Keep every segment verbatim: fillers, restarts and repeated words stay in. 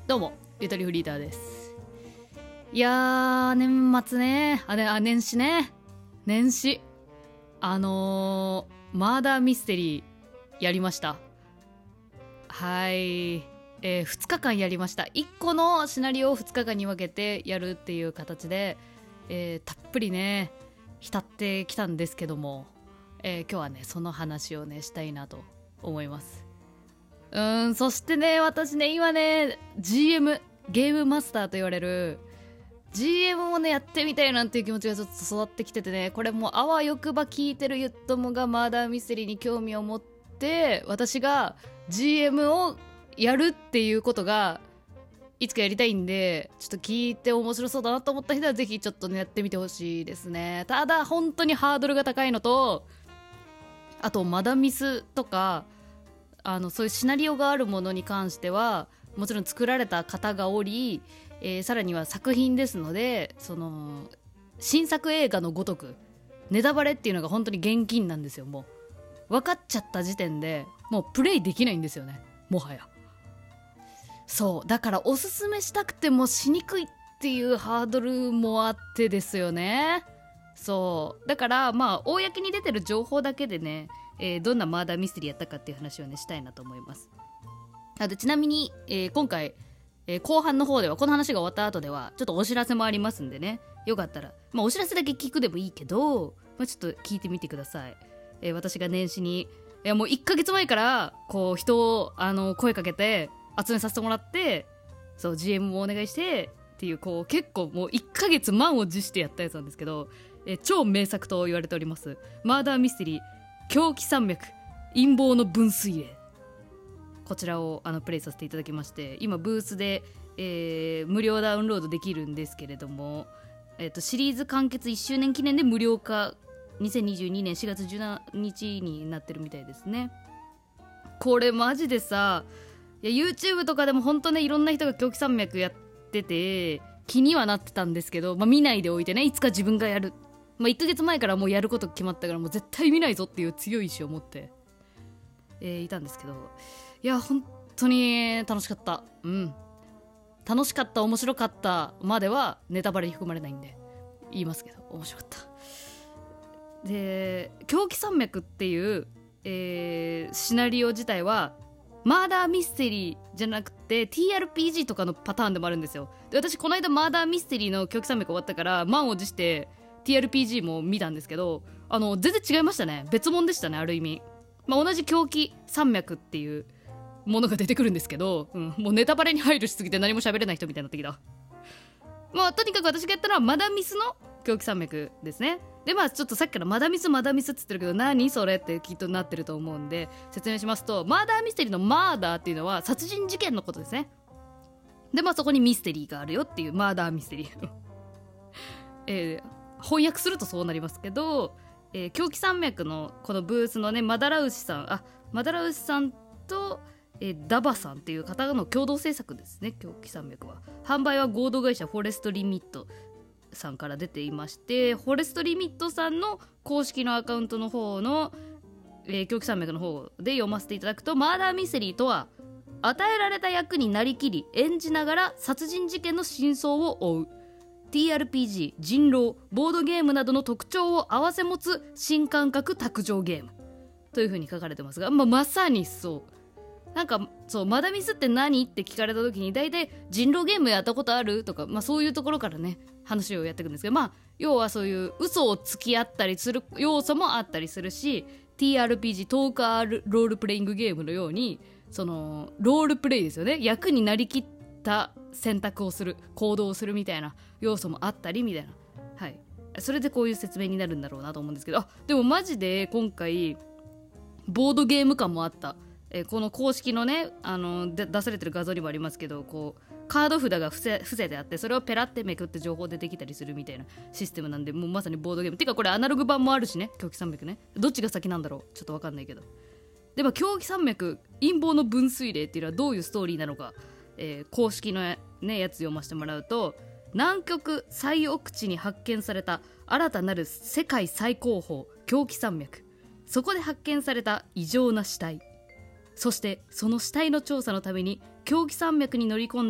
どうもゆとりフリーターです。いやー年末ね、あれあ年始ね年始あのー、マーダーミステリーやりました。はい、えー、ふつかかんやりました。いっこのシナリオをふつかかんに分けてやるっていう形で、えー、たっぷりね浸ってきたんですけども、えー、今日はねその話をねしたいなと思います。うーんそしてね私ね今ね ジーエム ゲームマスターと言われる ジーエム をねやってみたいなんていう気持ちがちょっと育ってきててね、これもあわよくば聞いてるゆっともがマーダーミステリーに興味を持って私が ジーエム をやるっていうことがいつかやりたいんで、ちょっと聞いて面白そうだなと思った人はぜひちょっとねやってみてほしいですね。ただ本当にハードルが高いのと、あとマダミスとかあのそういうシナリオがあるものに関してはもちろん作られた方がおり、えー、さらには作品ですので、その新作映画のごとくネタバレっていうのが本当に厳禁なんですよ。もう分かっちゃった時点でもうプレイできないんですよね、もはや。そうだからおすすめしたくてもしにくいっていうハードルもあってですよね。そうだからまあ公に出てる情報だけでね、えー、どんなマーダーミステリーやったかっていう話をねしたいなと思います。あとちなみに、えー、今回、えー、後半の方ではこの話が終わった後ではちょっとお知らせもありますんでね、よかったら、まあ、お知らせだけ聞くでもいいけど、まあ、ちょっと聞いてみてください。えー、私が年始にいやもういっかげつまえからこう人をあの声かけて集めさせてもらって、そう ジーエム もお願いしてっていう、こう結構もういっかげつ満を持してやったやつなんですけど、えー、超名作と言われておりますマーダーミステリー狂気山脈陰謀の分水嶺、こちらをあのプレイさせていただきまして、今ブースで、えー、無料ダウンロードできるんですけれども、えー、とシリーズ完結いっしゅうねん記念で無料化にせんにじゅうにねんしがつじゅうしちにちになってるみたいですね。これマジでさ、いや YouTube とかでも本当ねいろんな人が狂気山脈やってて気にはなってたんですけど、まあ、見ないでおいてね、いつか自分がやる、まあ、いっかげつまえからもうやること決まったからもう絶対見ないぞっていう強い意志を持って、えー、いたんですけど、いや本当に楽しかった。うん楽しかった、面白かったまではネタバレに含まれないんで言いますけど面白かった。で狂気山脈っていう、えー、シナリオ自体はマーダーミステリーじゃなくて ティーアールピージー とかのパターンでもあるんですよ。で私この間マーダーミステリーの狂気山脈終わったから満を持して ティーアールピージー も見たんですけど、あの全然違いましたね。別物でしたね、ある意味。まあ、同じ狂気山脈っていうものが出てくるんですけど、うん、もうネタバレに配慮しすぎて何も喋れない人みたいになってきた。まあとにかく私がやったのはマダミスの狂気山脈ですね。でまあちょっとさっきからマダミスマダミスって言ってるけど何それってきっとなってると思うんで説明しますと、マーダーミステリーのマーダーっていうのは殺人事件のことですね。でまあそこにミステリーがあるよっていうマーダーミステリー、えー、翻訳するとそうなりますけど、えー、狂気山脈のこのブースのねマダラウシさん、あマダラウシさんと、えー、ダバさんっていう方の共同制作ですね。狂気山脈は販売は合同会社フォレストリミットさんから出ていまして、フォレストリミットさんの公式のアカウントの方の、えー、狂気山脈の方で読ませていただくと、マーダーミステリーとは与えられた役になりきり演じながら殺人事件の真相を追う ティーアールピージー、 人狼、ボードゲームなどの特徴を併せ持つ新感覚卓上ゲームという風に書かれてますが、まあ、まさにそうなんかそうマダミスって何って聞かれた時に大体人狼ゲームやったことあるとか、まあ、そういうところからね話をやっていくんですけど、まあ要はそういう嘘をつき合ったりする要素もあったりするし、 ティーアールピージー トーク R ロールプレイングゲームのようにそのロールプレイですよね、役になりきった選択をする行動をするみたいな要素もあったりみたいな、はい、それでこういう説明になるんだろうなと思うんですけど、あでもマジで今回ボードゲーム感もあった。えー、この公式のねあので出されてる画像にもありますけど、こうカード札が伏せ伏せてあってそれをペラってめくって情報出てきたりするみたいなシステムなんで、もうまさにボードゲームてかこれアナログ版もあるしね、狂気山脈ね、どっちが先なんだろうちょっと分かんないけど、でも狂気山脈陰謀の分水嶺っていうのはどういうストーリーなのか、えー、公式の、ね、やつ読ませてもらうと、南極最奥地に発見された新たなる世界最高峰狂気山脈、そこで発見された異常な死体、そしてその死体の調査のために狂気山脈に乗り込んだ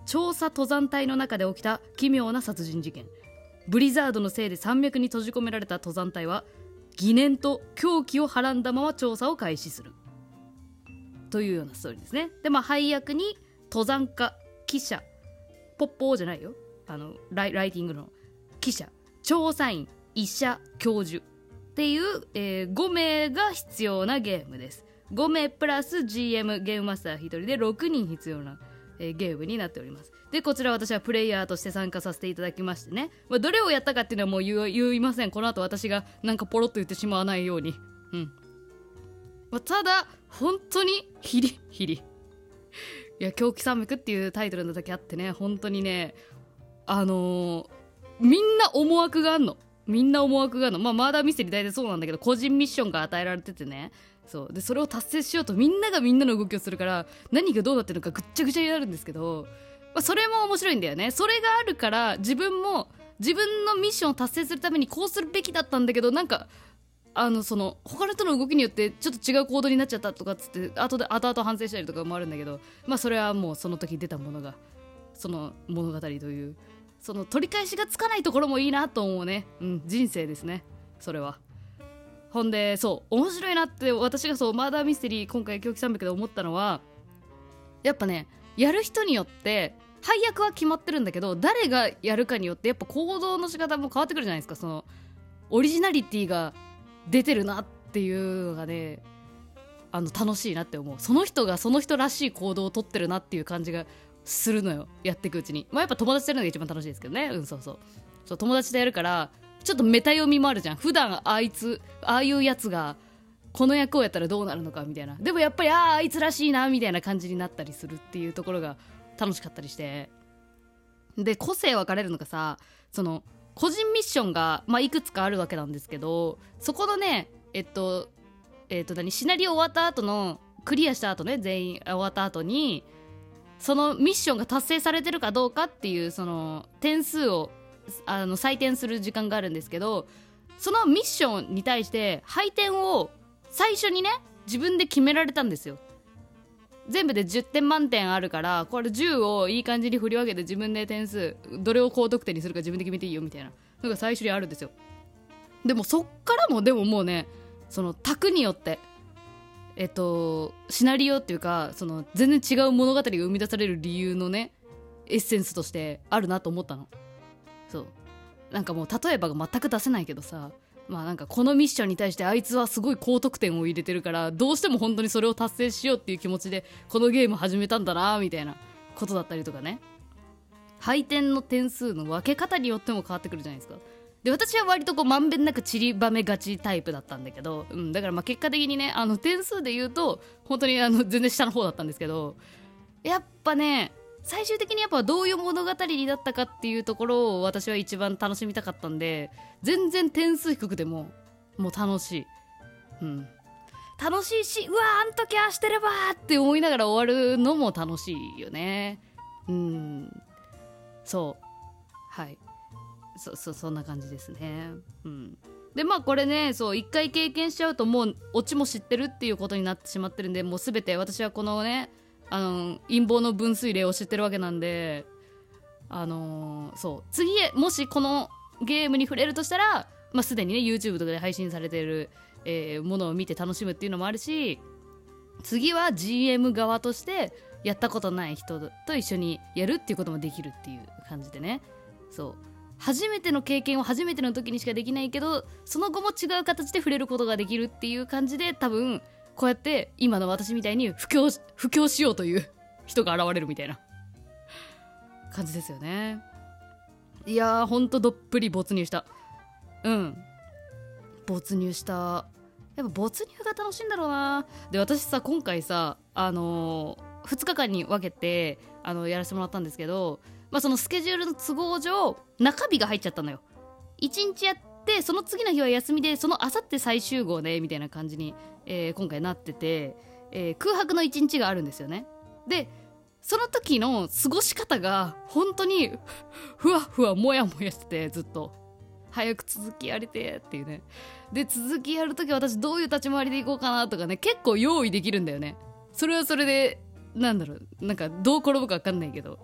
調査登山隊の中で起きた奇妙な殺人事件。ブリザードのせいで山脈に閉じ込められた登山隊は疑念と狂気をはらんだまま調査を開始するというようなストーリーですね。でまあ配役に登山家、記者、ポッポーじゃないよ、あのライ、ライティングの記者、調査員、医者、教授っていう、えー、ごめいが必要なゲームです。ごめいプラス ジーエム ゲームマスターひとりでろくにん必要な、えー、ゲームになっております。でこちら私はプレイヤーとして参加させていただきましてね、まあ、どれをやったかっていうのはもう言い、言いません。この後私がなんかポロッと言ってしまわないように、うんまあ、ただ本当にヒリヒリ、いや狂気山脈っていうタイトルのだけあってね、本当にねあのー、みんな思惑があんのみんな思惑があるの。まあマーダーミステリー大体そうなんだけど、個人ミッションが与えられててね、そうでそれを達成しようとみんながみんなの動きをするから何がどうなってるのかぐっちゃぐちゃになるんですけど、まあ、それも面白いんだよね。それがあるから自分も自分のミッションを達成するためにこうするべきだったんだけど、なんかあのその他の人の動きによってちょっと違う行動になっちゃったとかっつって後で後々反省したりとかもあるんだけど、まあそれはもうその時出たものがその物語というその取り返しがつかないところもいいなと思うね。うん、人生ですねそれは。ほんでそう面白いなって私がそうマーダーミステリー今回狂気山脈で思ったのは、やっぱねやる人によって配役は決まってるんだけど、誰がやるかによってやっぱ行動の仕方も変わってくるじゃないですか。そのオリジナリティが出てるなっていうのがね、あの楽しいなって思う。その人がその人らしい行動をとってるなっていう感じがするのよ、やっていくうちに。まあやっぱ友達とやるのが一番楽しいですけどね。うんそうそうそう友達とやるからちょっとメタ読みもあるじゃん。普段あいつああいうやつがこの役をやったらどうなるのかみたいな。でもやっぱりあああいつらしいなみたいな感じになったりするっていうところが楽しかったりして、で個性分かれるのがさ、その個人ミッションが、まあ、いくつかあるわけなんですけど、そこのねえっとえっと何シナリオ終わった後のクリアした後ね、全員終わった後にそのミッションが達成されてるかどうかっていうその点数をあの採点する時間があるんですけど、そのミッションに対して配点を最初にね自分で決められたんですよ。全部でじゅってん満点あるから、これじゅうをいい感じに振り分けて自分で点数どれを高得点にするか自分で決めていいよみたいなのが最初にあるんですよ。でもそっからもでももうねその卓によってえっとシナリオっていうかその全然違う物語が生み出される理由のねエッセンスとしてあるなと思ったの。そうなんかもう例えばが全く出せないけどさ、まあなんかこのミッションに対してあいつはすごい高得点を入れてるからどうしても本当にそれを達成しようっていう気持ちでこのゲーム始めたんだなみたいなことだったりとかね、配点の点数の分け方によっても変わってくるじゃないですか。で私は割とこうまんべんなく散りばめがちタイプだったんだけど、うん、だからまあ結果的にねあの点数で言うと本当にあの全然下の方だったんですけど、やっぱね最終的にやっぱどういう物語になったかっていうところを私は一番楽しみたかったんで、全然点数低くてももう楽しい、うん、楽しいし、うわあん時ああしてればって思いながら終わるのも楽しいよね。うんそうはいそ, そ, そんな感じですね。うんでまあこれねそう一回経験しちゃうともうオチも知ってるっていうことになってしまってるんで、もう全て私はこのねあの陰謀の分水嶺を知ってるわけなんで、あのー、そう次へもしこのゲームに触れるとしたら、まあ、すでにね YouTube とかで配信されている、えー、ものを見て楽しむっていうのもあるし、次は ジーエム 側としてやったことない人と一緒にやるっていうこともできるっていう感じでね、そう初めての経験を初めての時にしかできないけどその後も違う形で触れることができるっていう感じで、多分こうやって今の私みたいに布教、布教しようという人が現れるみたいな感じですよね。いやーほんとどっぷり没入した。うん没入した。やっぱ没入が楽しいんだろうな。で私さ今回さあのー、ふつかかんに分けてあのやらせてもらったんですけど、まあ、そのスケジュールの都合上中日が入っちゃったのよ。いちにちやってその次の日は休みでそのあさって再集合ねみたいな感じに、えー、今回なってて、えー、空白のいちにちがあるんですよね。でその時の過ごし方が本当にふわふわもやもやしてて、ずっと早く続きやりてっていうね。で続きやるとき私どういう立ち回りでいこうかなとかね結構用意できるんだよね。それはそれでなんだろうなんかどう転ぶか分かんないけど、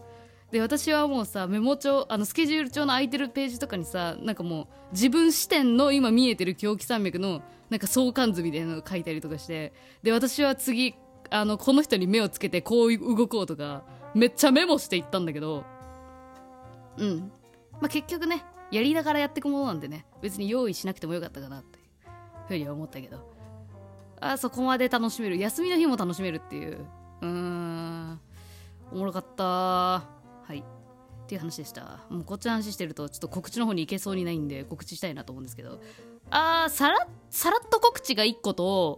で私はもうさメモ帳あのスケジュール帳の空いてるページとかにさなんかもう自分視点の今見えてる狂気山脈のなんか相関図みたいなのを書いたりとかして、で私は次あのこの人に目をつけてこう動こうとかめっちゃメモしていったんだけど、うんまあ結局ねやりながらやっていくものなんでね別に用意しなくてもよかったかなっていうふうには思ったけど、あそこまで楽しめる、休みの日も楽しめるっていう、うーんおもろかったはいっていう話でした。もうこっちの話してるとちょっと告知の方に行けそうにないんで告知したいなと思うんですけど、あーさらさらっと告知がいっこと、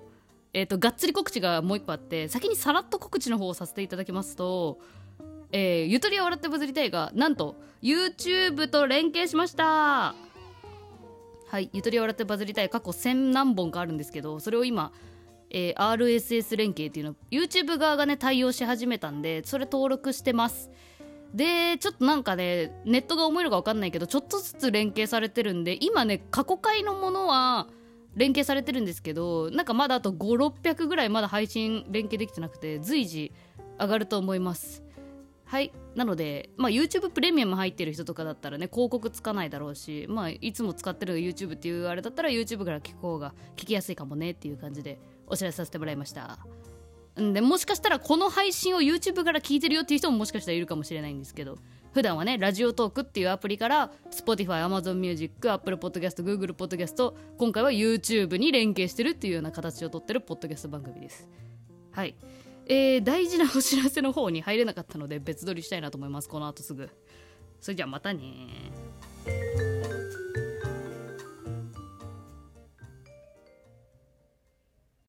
えーとがっつり告知がもういっこあって、先にさらっと告知の方をさせていただきますと、えー、ゆとりを笑ってバズりたいがなんと YouTube と連携しました。はい、ゆとりを笑ってバズりたい過去せん何本かあるんですけど、それを今、えー、アールエスエス 連携っていうの YouTube 側がね対応し始めたんで、それ登録してます。でちょっとなんかねネットが重いのか分かんないけどちょっとずつ連携されてるんで、今ね過去回のものは連携されてるんですけど、なんかまだあとごひゃくろっぴゃくぐらいまだ配信連携できてなくて随時上がると思います。はい、なので、まあ、YouTube プレミアム入ってる人とかだったらね広告つかないだろうし、まあ、いつも使ってる YouTube っていうあれだったら YouTube から聞く方が聞きやすいかもねっていう感じでお知らせさせてもらいました。んでもしかしたらこの配信を YouTube から聞いてるよっていう人ももしかしたらいるかもしれないんですけど、普段はねラジオトークっていうアプリから Spotify、Amazon Music、Apple Podcast、Google Podcast、今回は YouTube に連携してるっていうような形をとってるポッドキャスト番組です。はい、えー、大事なお知らせの方に入れなかったので別撮りしたいなと思います。この後すぐ。それじゃあまたね。